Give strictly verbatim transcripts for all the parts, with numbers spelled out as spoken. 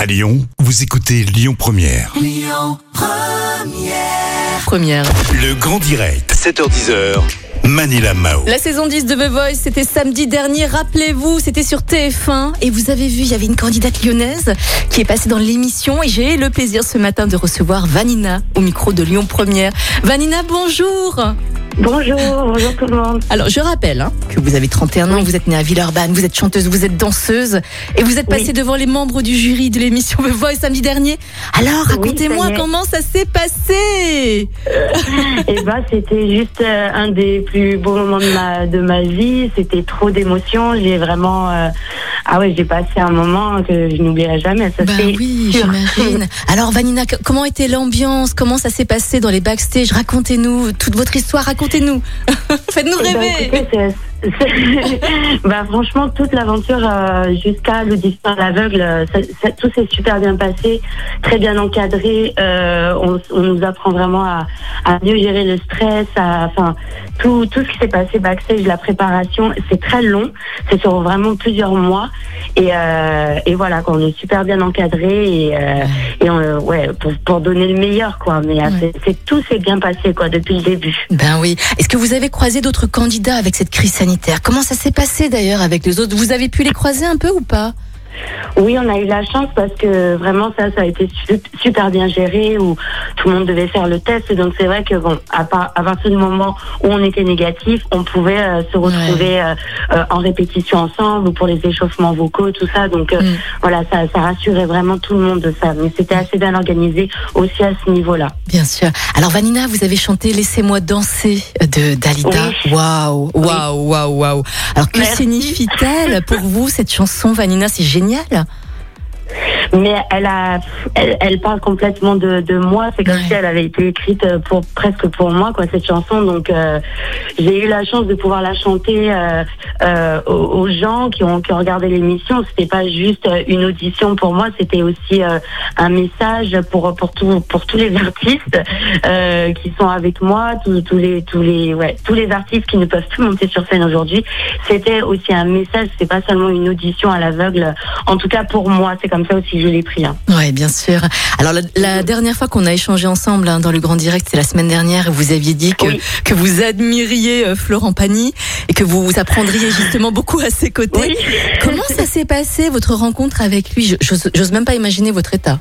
À Lyon, vous écoutez Lyon Première. Lyon Première. Première. Le grand direct, sept heures dix, Manila Mao. La saison dix de The Voice, c'était samedi dernier, rappelez-vous, c'était sur T F un. Et vous avez vu, il y avait une candidate lyonnaise qui est passée dans l'émission. Et j'ai le plaisir ce matin de recevoir Vanina au micro de Lyon Première. Vanina, bonjour. Bonjour, bonjour tout le monde. Alors, je rappelle hein, que vous avez trente et un ans, Oui. vous êtes née à Villeurbanne, vous êtes chanteuse, vous êtes danseuse et vous êtes passée Oui. devant les membres du jury de l'émission The Voice samedi dernier. Alors, racontez-moi ça y est. comment ça s'est passé. Et ben, c'était juste euh, un des plus beaux moments de ma de ma vie. C'était trop d'émotions. J'ai vraiment, euh, ah ouais, j'ai passé un moment que je n'oublierai jamais. Ça Bah c'est oui, sûr. j'imagine. Alors Vanina, c- comment était l'ambiance? Comment ça s'est passé dans les backstage? Racontez-nous toute votre histoire, racontez-nous. Faites-nous Eh ben, rêver. écoutez, c'est- c'est- bah, franchement, toute l'aventure euh, jusqu'à l'audition à l'aveugle, euh, ça- ça- tout s'est super bien passé, très bien encadré. Euh, on, on nous apprend vraiment à, à mieux gérer le stress, à, enfin tout, tout ce qui s'est passé backstage, la préparation, c'est très long, c'est sur vraiment plusieurs mois. Et, euh, et voilà, quoi, on est super bien encadré et, euh, et on, euh, ouais, pour, pour donner le meilleur, quoi. Mais euh, Ouais. c'est, c'est tout s'est bien passé, quoi, depuis le début. Ben oui. Est-ce que vous avez croisé d'autres candidats avec cette crise sanitaire? Comment ça s'est passé d'ailleurs avec les autres? Vous avez pu les croiser un peu ou pas? Oui, on a eu la chance parce que vraiment ça, ça a été su- super bien géré où tout le monde devait faire le test. Donc c'est vrai que bon, à, part, à partir du moment où on était négatif, on pouvait euh, se retrouver euh, euh, en répétition ensemble ou pour les échauffements vocaux, tout ça. Donc euh, Mm. voilà, ça, ça rassurait vraiment tout le monde de ça. Mais c'était assez bien organisé aussi à ce niveau-là. Bien sûr. Alors Vanina, vous avez chanté Laissez-moi danser de Dalida. Oui. Waouh, waouh, waouh, waouh. Alors que Merci. signifie-t-elle pour vous cette chanson, Vanina? C'est génial. Mais elle a, elle, elle parle complètement de, de moi. C'est comme Ouais. si elle avait été écrite pour presque pour moi, quoi, cette chanson. Donc, euh, j'ai eu la chance de pouvoir la chanter euh, euh, aux, aux gens qui ont, qui ont regardé l'émission. C'était pas juste une audition pour moi, c'était aussi euh, un message pour pour tout, pour tous les artistes euh, qui sont avec moi, tous, tous les tous les ouais, tous les artistes qui ne peuvent plus monter sur scène aujourd'hui. C'était aussi un message. C'est pas seulement une audition à l'aveugle. En tout cas pour moi, c'est comme ça aussi que je l'ai pris. Hein. Ouais, bien sûr. Alors la, la dernière fois qu'on a échangé ensemble hein, dans le Grand Direct, c'est la semaine dernière, vous aviez dit que Oui. que vous admiriez euh, Florent Pagny et que vous, vous apprendriez justement beaucoup à ses côtés. Oui. Comment ça s'est passé votre rencontre avec lui? Je- J'ose j'ose même pas imaginer votre état.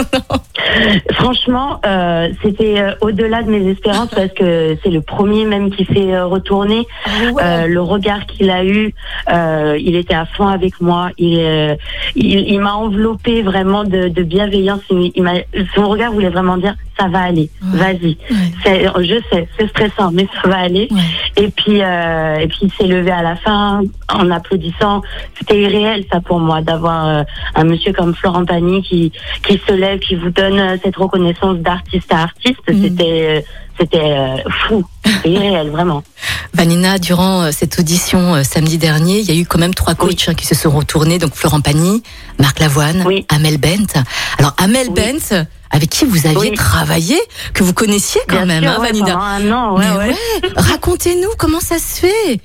Franchement, euh, c'était euh, au-delà de mes espérances parce que c'est le premier même qui s'est euh, retourné. Euh, le regard qu'il a eu, euh, il était à fond avec moi. Il, euh, il, il m'a enveloppé vraiment de, de bienveillance. Il, il m'a, son regard voulait vraiment dire ça va aller, Ouais. vas-y. Ouais. C'est, je sais, c'est stressant, mais ça va aller. Ouais. Et puis, euh, et puis il s'est levé à la fin en applaudissant. C'était irréel ça pour moi d'avoir euh, un monsieur comme Florent Pagny qui qui se lève, qui vous donne euh, cette reconnaissance d'artiste à artiste. Mhm. C'était euh, c'était euh, fou, c'était irréel vraiment. Vanina, durant euh, cette audition euh, samedi dernier, il y a eu quand même trois coachs hein, qui se sont retournés, donc Florent Pagny, Marc Lavoine, Oui. Amel Bent. Alors Amel Oui. Bent, avec qui vous aviez Oui. travaillé, que vous connaissiez quand Bien même, sûr, hein, ouais, Vanina. pendant un an, ouais, Mais ouais. ouais, racontez-nous comment ça se fait.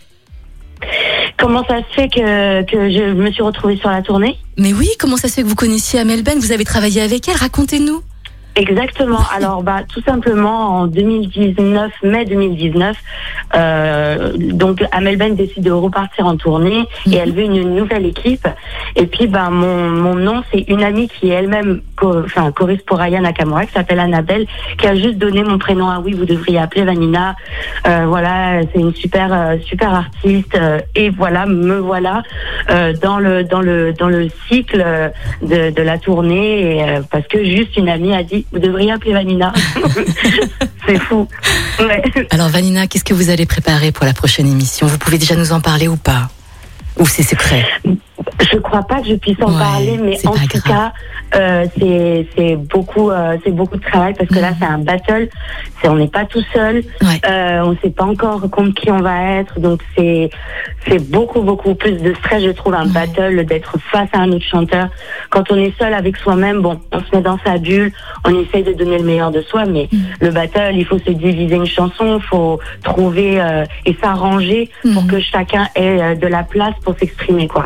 Comment ça se fait que que je me suis retrouvée sur la tournée? Mais oui, comment ça se fait que vous connaissiez Amel Bent? Vous avez travaillé avec elle, racontez-nous. Exactement. Alors, bah, tout simplement, en deux mille dix-neuf, mai deux mille dix-neuf, euh, donc Amel Bent décide de repartir en tournée et elle veut une nouvelle équipe. Et puis, bah, mon, mon nom, c'est une amie qui est elle-même, co- enfin, choriste pour Aya Nakamura, qui s'appelle Annabelle, qui a juste donné mon prénom. Ah oui, vous devriez appeler Vanina. Euh, voilà, c'est une super, euh, super artiste. Euh, et voilà, me voilà euh, dans le, dans le, dans le cycle euh, de, de la tournée. Et, euh, parce que juste une amie a dit, vous devriez appeler Vanina. C'est fou. Ouais. Alors Vanina, qu'est-ce que vous allez préparer pour la prochaine émission? Vous pouvez déjà nous en parler ou pas? Ou c'est secret? Je crois pas que je puisse en Ouais, parler, mais c'est en pas tout grave. cas, euh, c'est c'est beaucoup euh, c'est beaucoup de travail parce que là Mhm. c'est un battle, c'est on n'est pas tout seul, Ouais. euh, on sait pas encore contre qui on va être, donc c'est c'est beaucoup beaucoup plus de stress je trouve un Ouais. battle d'être face à un autre chanteur. Quand on est seul avec soi-même, bon, on se met dans sa bulle, on essaye de donner le meilleur de soi, mais Mhm. le battle, il faut se diviser une chanson, il faut trouver euh, et s'arranger pour Mhm. que chacun ait euh, de la place pour s'exprimer quoi. Bien C'est sûr.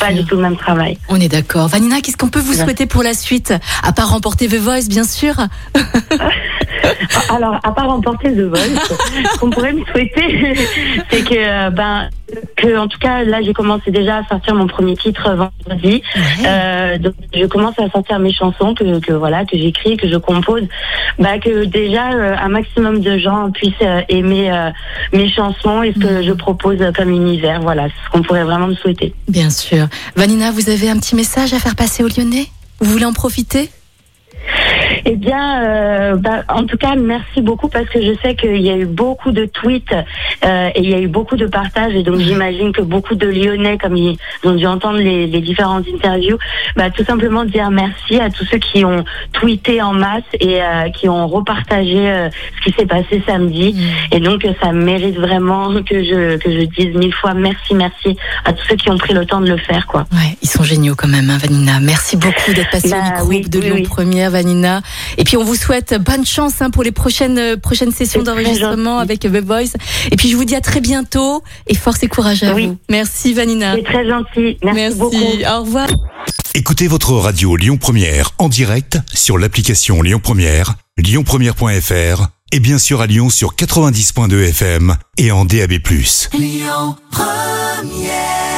pas du tout le même travail. On est d'accord. Vanina, qu'est-ce qu'on peut vous Ouais. souhaiter pour la suite? À part remporter The Voice, bien sûr. Alors, à part remporter The Voice, ce qu'on pourrait me souhaiter, c'est que, euh, ben, que, en tout cas, là, j'ai commencé déjà à sortir mon premier titre vendredi. Ouais. Euh, donc, je commence à sortir mes chansons que, que voilà, que j'écris, que je compose. Bah, que déjà, euh, un maximum de gens puissent euh, aimer euh, mes chansons et ce que je propose comme univers. Voilà, c'est ce qu'on pourrait vraiment me souhaiter. Bien sûr. Vanina, vous avez un petit message à faire passer aux Lyonnais? Vous voulez en profiter? Eh bien, euh, bah, en tout cas, merci beaucoup parce que je sais qu'il y a eu beaucoup de tweets euh, et il y a eu beaucoup de partages et donc j'imagine que beaucoup de Lyonnais, comme ils ont dû entendre les, les différentes interviews, bah, tout simplement dire merci à tous ceux qui ont tweeté en masse et euh, qui ont repartagé euh, ce qui s'est passé samedi. Mmh. Et donc, ça mérite vraiment que je que je dise mille fois merci, merci à tous ceux qui ont pris le temps de le faire, quoi. Ouais, ils sont géniaux quand même, hein, Vanina. Merci beaucoup d'être passée Bah, au micro oui, de oui, Lyon oui. Première, Vanina. Et puis on vous souhaite bonne chance hein, pour les prochaines euh, prochaines sessions C'est très d'enregistrement avec The Voice. Et puis je vous dis à très bientôt et force et courage à Oui. vous. Merci Vanina. C'est très gentil. Merci, Merci. beaucoup. Au revoir. Écoutez votre radio Lyon Première en direct sur l'application Lyon Première, lyon première point f r et bien sûr à Lyon sur quatre-vingt-dix point deux F M et en D A B plus. Lyon Première.